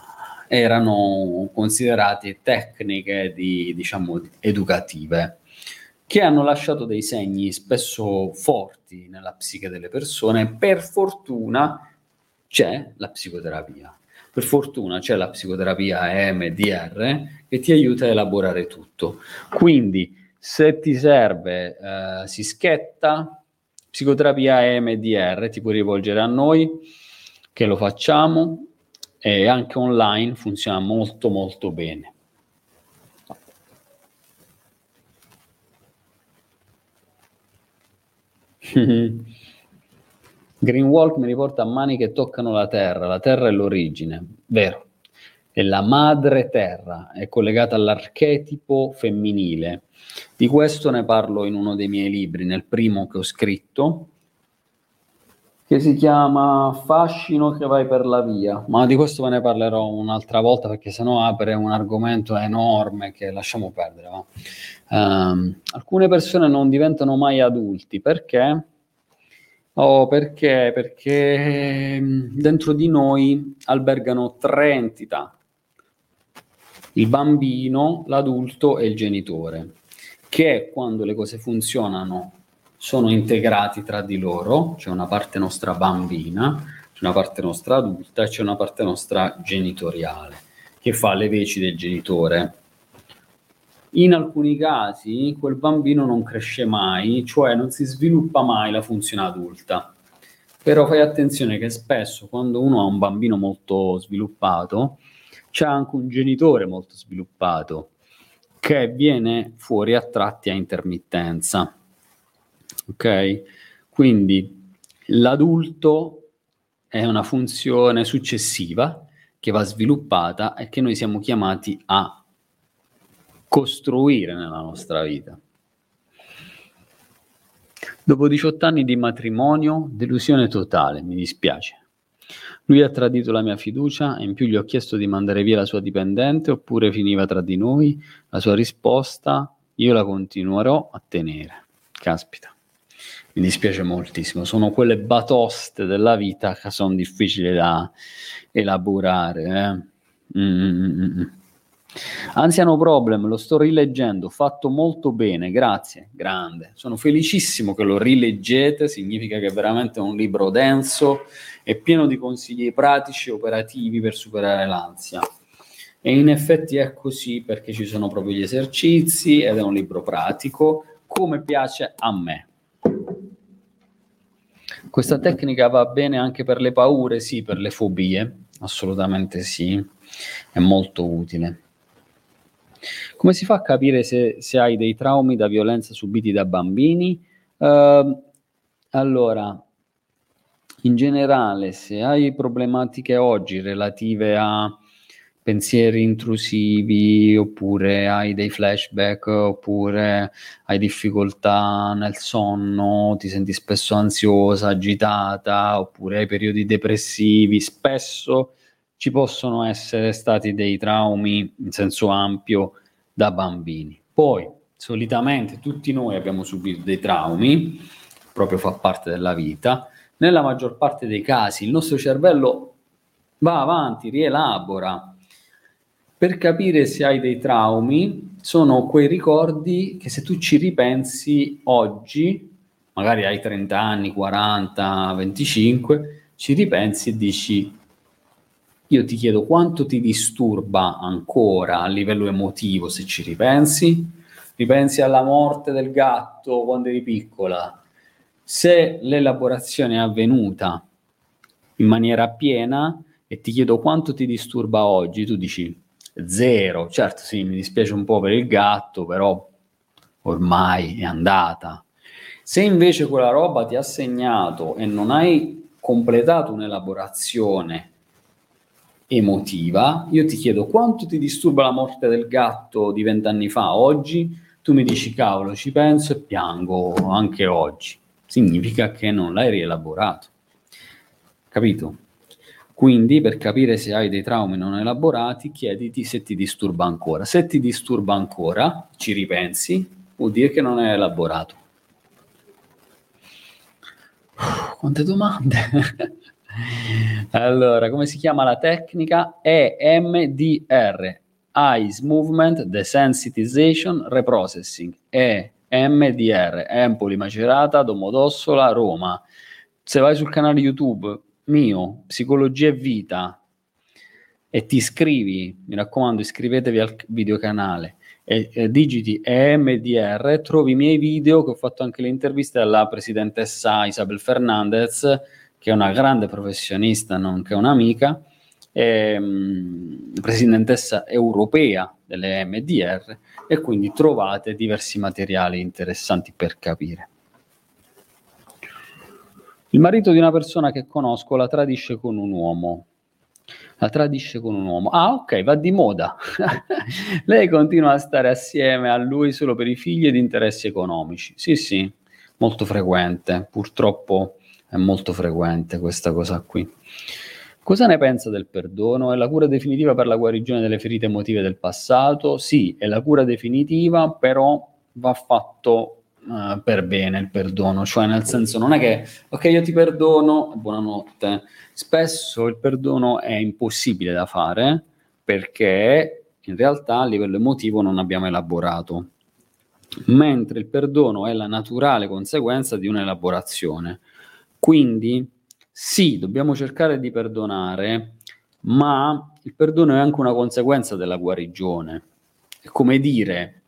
erano considerate tecniche di, diciamo, educative, che hanno lasciato dei segni spesso forti nella psiche delle persone. Per fortuna c'è la psicoterapia. Per fortuna c'è la psicoterapia E M D R che ti aiuta a elaborare tutto. Quindi, se ti serve, uh, si schietta, psicoterapia E M D R, ti puoi rivolgere a noi, che lo facciamo, e anche online funziona molto molto bene. Greenwalk mi riporta a mani che toccano la terra, la terra è l'origine, vero, è la madre terra, è collegata all'archetipo femminile. Di questo ne parlo in uno dei miei libri, nel primo che ho scritto, che si chiama Fascino che vai per la via, ma di questo ve ne parlerò un'altra volta, perché sennò apre un argomento enorme che lasciamo perdere. Va? Um, alcune persone non diventano mai adulti, perché? Oh, perché? Perché dentro di noi albergano tre entità: il bambino, l'adulto e il genitore, che quando le cose funzionano sono integrati tra di loro. C'è una parte nostra bambina, c'è una parte nostra adulta e c'è una parte nostra genitoriale, che fa le veci del genitore. In alcuni casi quel bambino non cresce mai, cioè non si sviluppa mai la funzione adulta. Però fai attenzione che spesso quando uno ha un bambino molto sviluppato, c'è anche un genitore molto sviluppato che viene fuori a tratti a intermittenza. Ok? Quindi l'adulto è una funzione successiva che va sviluppata e che noi siamo chiamati a costruire nella nostra vita. Dopo diciotto anni di matrimonio, delusione totale, mi dispiace. Lui ha tradito la mia fiducia e in più gli ho chiesto di mandare via la sua dipendente oppure finiva tra di noi. La sua risposta: io la continuerò a tenere. Caspita, mi dispiace moltissimo. Sono quelle batoste della vita che sono difficili da elaborare. Eh? Mm-hmm. Anziano Problem, lo sto rileggendo, fatto molto bene, grazie, grande. Sono felicissimo che lo rileggete, significa che è veramente un libro denso e pieno di consigli pratici e operativi per superare l'ansia. E in effetti è così, perché ci sono proprio gli esercizi ed è un libro pratico, come piace a me. Questa tecnica va bene anche per le paure, sì, per le fobie, assolutamente sì, è molto utile. Come si fa a capire se, se hai dei traumi da violenza subiti da bambini? Uh, allora, in generale, se hai problematiche oggi relative a pensieri intrusivi, oppure hai dei flashback, oppure hai difficoltà nel sonno, ti senti spesso ansiosa, agitata, oppure hai periodi depressivi, spesso ci possono essere stati dei traumi in senso ampio da bambini. Poi, solitamente, tutti noi abbiamo subito dei traumi, proprio fa parte della vita. Nella maggior parte dei casi il nostro cervello va avanti, rielabora. Per capire se hai dei traumi, sono quei ricordi che se tu ci ripensi oggi, magari hai trenta anni, quaranta, venticinque, ci ripensi e dici: io ti chiedo quanto ti disturba ancora a livello emotivo se ci ripensi? Ripensi alla morte del gatto quando eri piccola. Se l'elaborazione è avvenuta in maniera piena e ti chiedo quanto ti disturba oggi, tu dici zero. Certo, sì, mi dispiace un po' per il gatto, però ormai è andata. Se invece quella roba ti ha segnato e non hai completato un'elaborazione emotiva, io ti chiedo quanto ti disturba la morte del gatto di vent'anni fa oggi, tu mi dici cavolo, ci penso e piango anche oggi. Significa che non l'hai rielaborato. Capito? Quindi, per capire se hai dei traumi non elaborati, chiediti se ti disturba ancora. Se ti disturba ancora, ci ripensi, vuol dire che non è elaborato. Quante domande! Allora, come si chiama la tecnica? E M D R, Eyes Movement Desensitization Reprocessing. E M D R, Empoli, Macerata, Domodossola, Roma. Se vai sul canale YouTube mio, Psicologia e Vita, e ti iscrivi, mi raccomando, iscrivetevi al videocanale, e, e digiti E M D R, trovi i miei video, che ho fatto anche le interviste alla presidentessa Isabel Fernandez, che è una grande professionista, nonché un'amica, ehm, presidentessa europea delle E M D R, e quindi trovate diversi materiali interessanti per capire. Il marito di una persona che conosco la tradisce con un uomo. La tradisce con un uomo. Ah, ok, va di moda. Lei continua a stare assieme a lui solo per i figli ed interessi economici. Sì, sì, molto frequente. Purtroppo è molto frequente questa cosa qui. Cosa ne pensa del perdono? È la cura definitiva per la guarigione delle ferite emotive del passato? Sì, è la cura definitiva, però va fatto uh, per bene il perdono. Cioè, nel senso, non è che, ok, io ti perdono, buonanotte. Spesso il perdono è impossibile da fare perché in realtà a livello emotivo non abbiamo elaborato, mentre il perdono è la naturale conseguenza di un'elaborazione. Quindi sì, dobbiamo cercare di perdonare, ma il perdono è anche una conseguenza della guarigione. È come dire,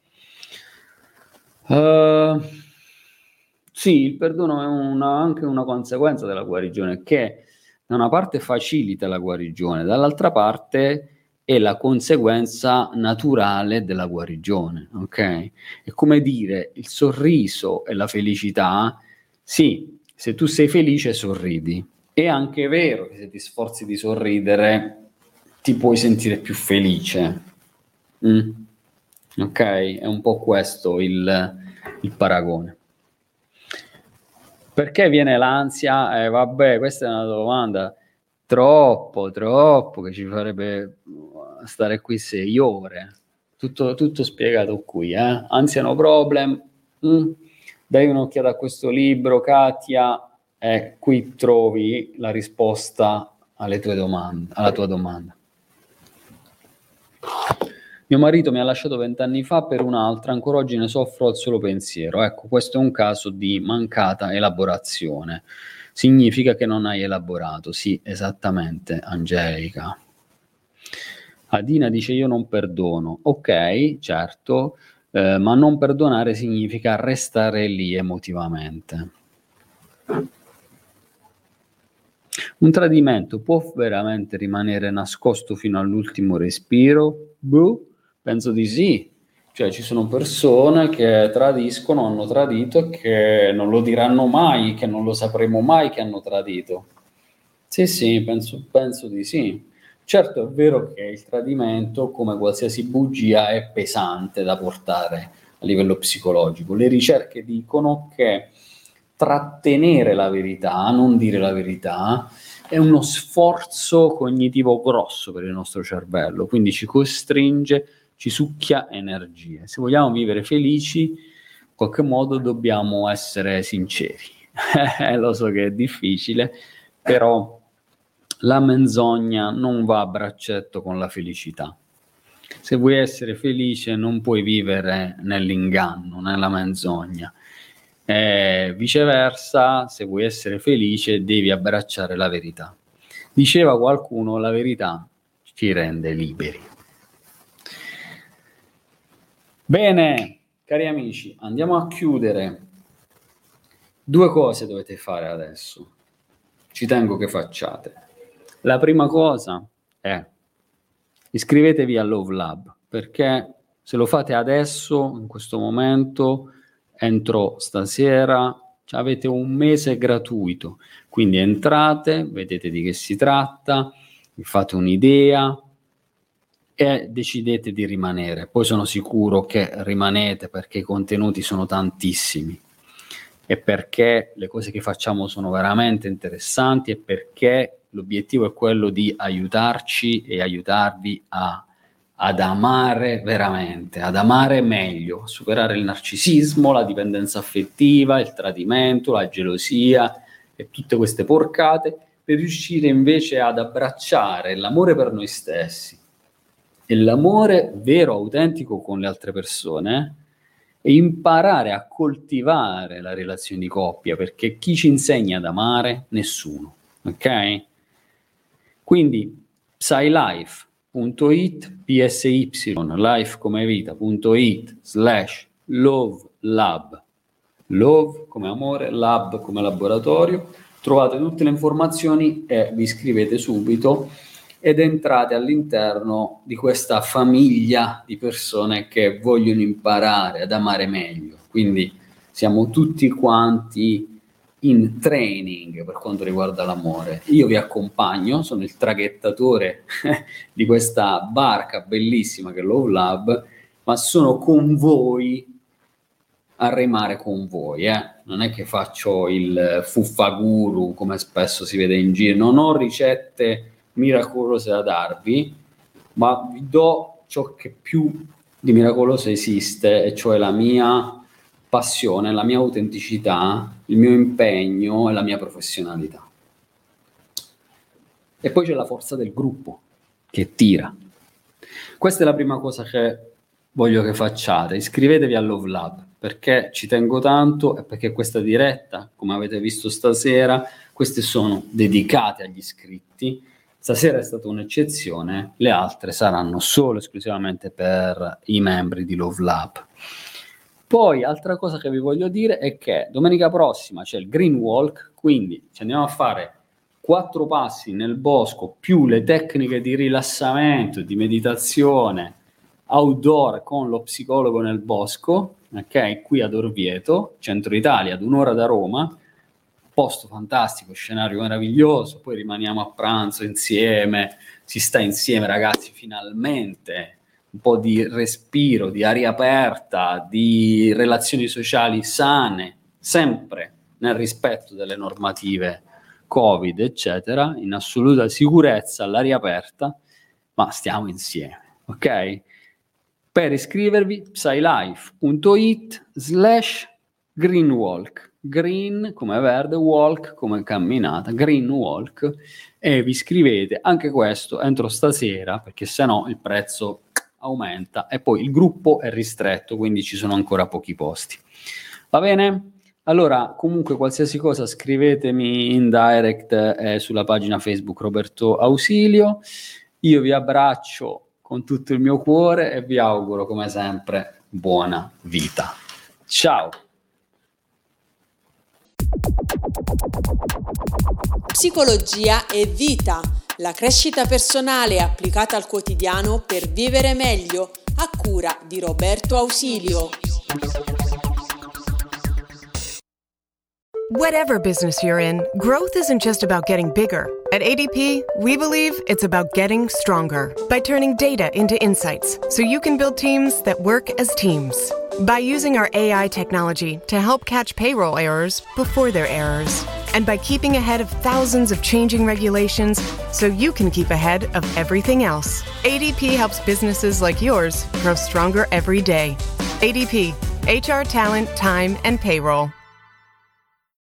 uh, sì, il perdono è una, anche una conseguenza della guarigione, che da una parte facilita la guarigione, dall'altra parte è la conseguenza naturale della guarigione, ok? È come dire, il sorriso e la felicità, sì, se tu sei felice sorridi. È anche vero che se ti sforzi di sorridere ti puoi sentire più felice. Mm? Ok? È un po' questo il, il paragone. Perché viene l'ansia? Eh, vabbè, questa è una domanda troppo, troppo, che ci farebbe stare qui sei ore. Tutto, tutto spiegato qui, eh? Ansia no problem. Mm? Dai un'occhiata a questo libro, Katia, e qui trovi la risposta alle tue domande, alla tua domanda. Mio marito mi ha lasciato vent'anni fa per un'altra, ancora oggi ne soffro al solo pensiero. Ecco, questo è un caso di mancata elaborazione. Significa che non hai elaborato. Sì, esattamente, Angelica. Adina dice io non perdono. Ok, certo, eh, ma non perdonare significa restare lì emotivamente. Un tradimento può veramente rimanere nascosto fino all'ultimo respiro? Boh. Penso di sì, cioè ci sono persone che tradiscono, hanno tradito e che non lo diranno mai, che non lo sapremo mai che hanno tradito. Sì, sì, penso, penso di sì. Certo è vero che il tradimento, come qualsiasi bugia, è pesante da portare a livello psicologico. Le ricerche dicono che trattenere la verità, non dire la verità, è uno sforzo cognitivo grosso per il nostro cervello, quindi ci costringe, ci succhia energie. Se vogliamo vivere felici, in qualche modo dobbiamo essere sinceri. Lo so che è difficile, però la menzogna non va a braccetto con la felicità. Se vuoi essere felice non puoi vivere nell'inganno, nella menzogna. E viceversa, se vuoi essere felice devi abbracciare la verità. Diceva qualcuno, la verità ci rende liberi. Bene, cari amici, andiamo a chiudere. Due cose dovete fare adesso. Ci tengo che facciate. La prima cosa è iscrivetevi al Love Lab, perché se lo fate adesso, in questo momento, entro stasera, avete un mese gratuito. Quindi entrate, vedete di che si tratta, vi fate un'idea e decidete di rimanere. Poi sono sicuro che rimanete perché i contenuti sono tantissimi e perché le cose che facciamo sono veramente interessanti e perché l'obiettivo è quello di aiutarci e aiutarvi a, ad amare veramente, ad amare meglio, a superare il narcisismo, la dipendenza affettiva, il tradimento, la gelosia e tutte queste porcate, per riuscire invece ad abbracciare l'amore per noi stessi e l'amore vero, autentico con le altre persone e imparare a coltivare la relazione di coppia, perché chi ci insegna ad amare? Nessuno, ok? Quindi psylife punto it, P S Y, life come vita punto it, slash love lab, love come amore, lab come laboratorio, trovate tutte le informazioni e vi iscrivete subito ed entrate all'interno di questa famiglia di persone che vogliono imparare ad amare meglio. Quindi siamo tutti quanti in training per quanto riguarda l'amore. Io vi accompagno, sono il traghettatore di questa barca bellissima che è Love Lab, ma sono con voi a remare con voi, eh? Non è che faccio il fuffaguru come spesso si vede in giro, non ho ricette miracolose da darvi, ma vi do ciò che più di miracoloso esiste, e cioè la mia passione, la mia autenticità, il mio impegno e la mia professionalità. E poi c'è la forza del gruppo che tira. Questa è la prima cosa che voglio che facciate. Iscrivetevi al Love Lab, perché ci tengo tanto e perché questa diretta, come avete visto stasera, queste sono dedicate agli iscritti. Stasera è stata un'eccezione, le altre saranno solo esclusivamente per i membri di Love Lab. Poi, altra cosa che vi voglio dire è che domenica prossima c'è il Green Walk, quindi ci andiamo a fare quattro passi nel bosco, più le tecniche di rilassamento, di meditazione, outdoor con lo psicologo nel bosco, ok? Qui ad Orvieto, centro Italia, ad un'ora da Roma, posto fantastico, scenario meraviglioso, poi rimaniamo a pranzo insieme, si sta insieme, ragazzi, finalmente, un po' di respiro, di aria aperta, di relazioni sociali sane, sempre nel rispetto delle normative Covid, eccetera, in assoluta sicurezza, all'aria aperta, ma stiamo insieme, ok? Per iscrivervi, psylife.it slash greenwalk, green come verde, walk come camminata, green walk, e vi iscrivete anche questo entro stasera, perché se no il prezzo aumenta e poi il gruppo è ristretto, quindi ci sono ancora pochi posti. Va bene? Allora, comunque qualsiasi cosa scrivetemi in direct eh, sulla pagina Facebook Roberto Ausilio. Io vi abbraccio con tutto il mio cuore e vi auguro come sempre buona vita. Ciao! Psicologia e vita, la crescita personale applicata al quotidiano per vivere meglio, a cura di Roberto Ausilio. Whatever business you're in, growth isn't just about getting bigger. At A D P, we believe it's about getting stronger by turning data into insights so you can build teams that work as teams. By using our A I technology to help catch payroll errors before they're errors. And by keeping ahead of thousands of changing regulations so you can keep ahead of everything else. A D P helps businesses like yours grow stronger every day. A D P, H R talent, time, and payroll.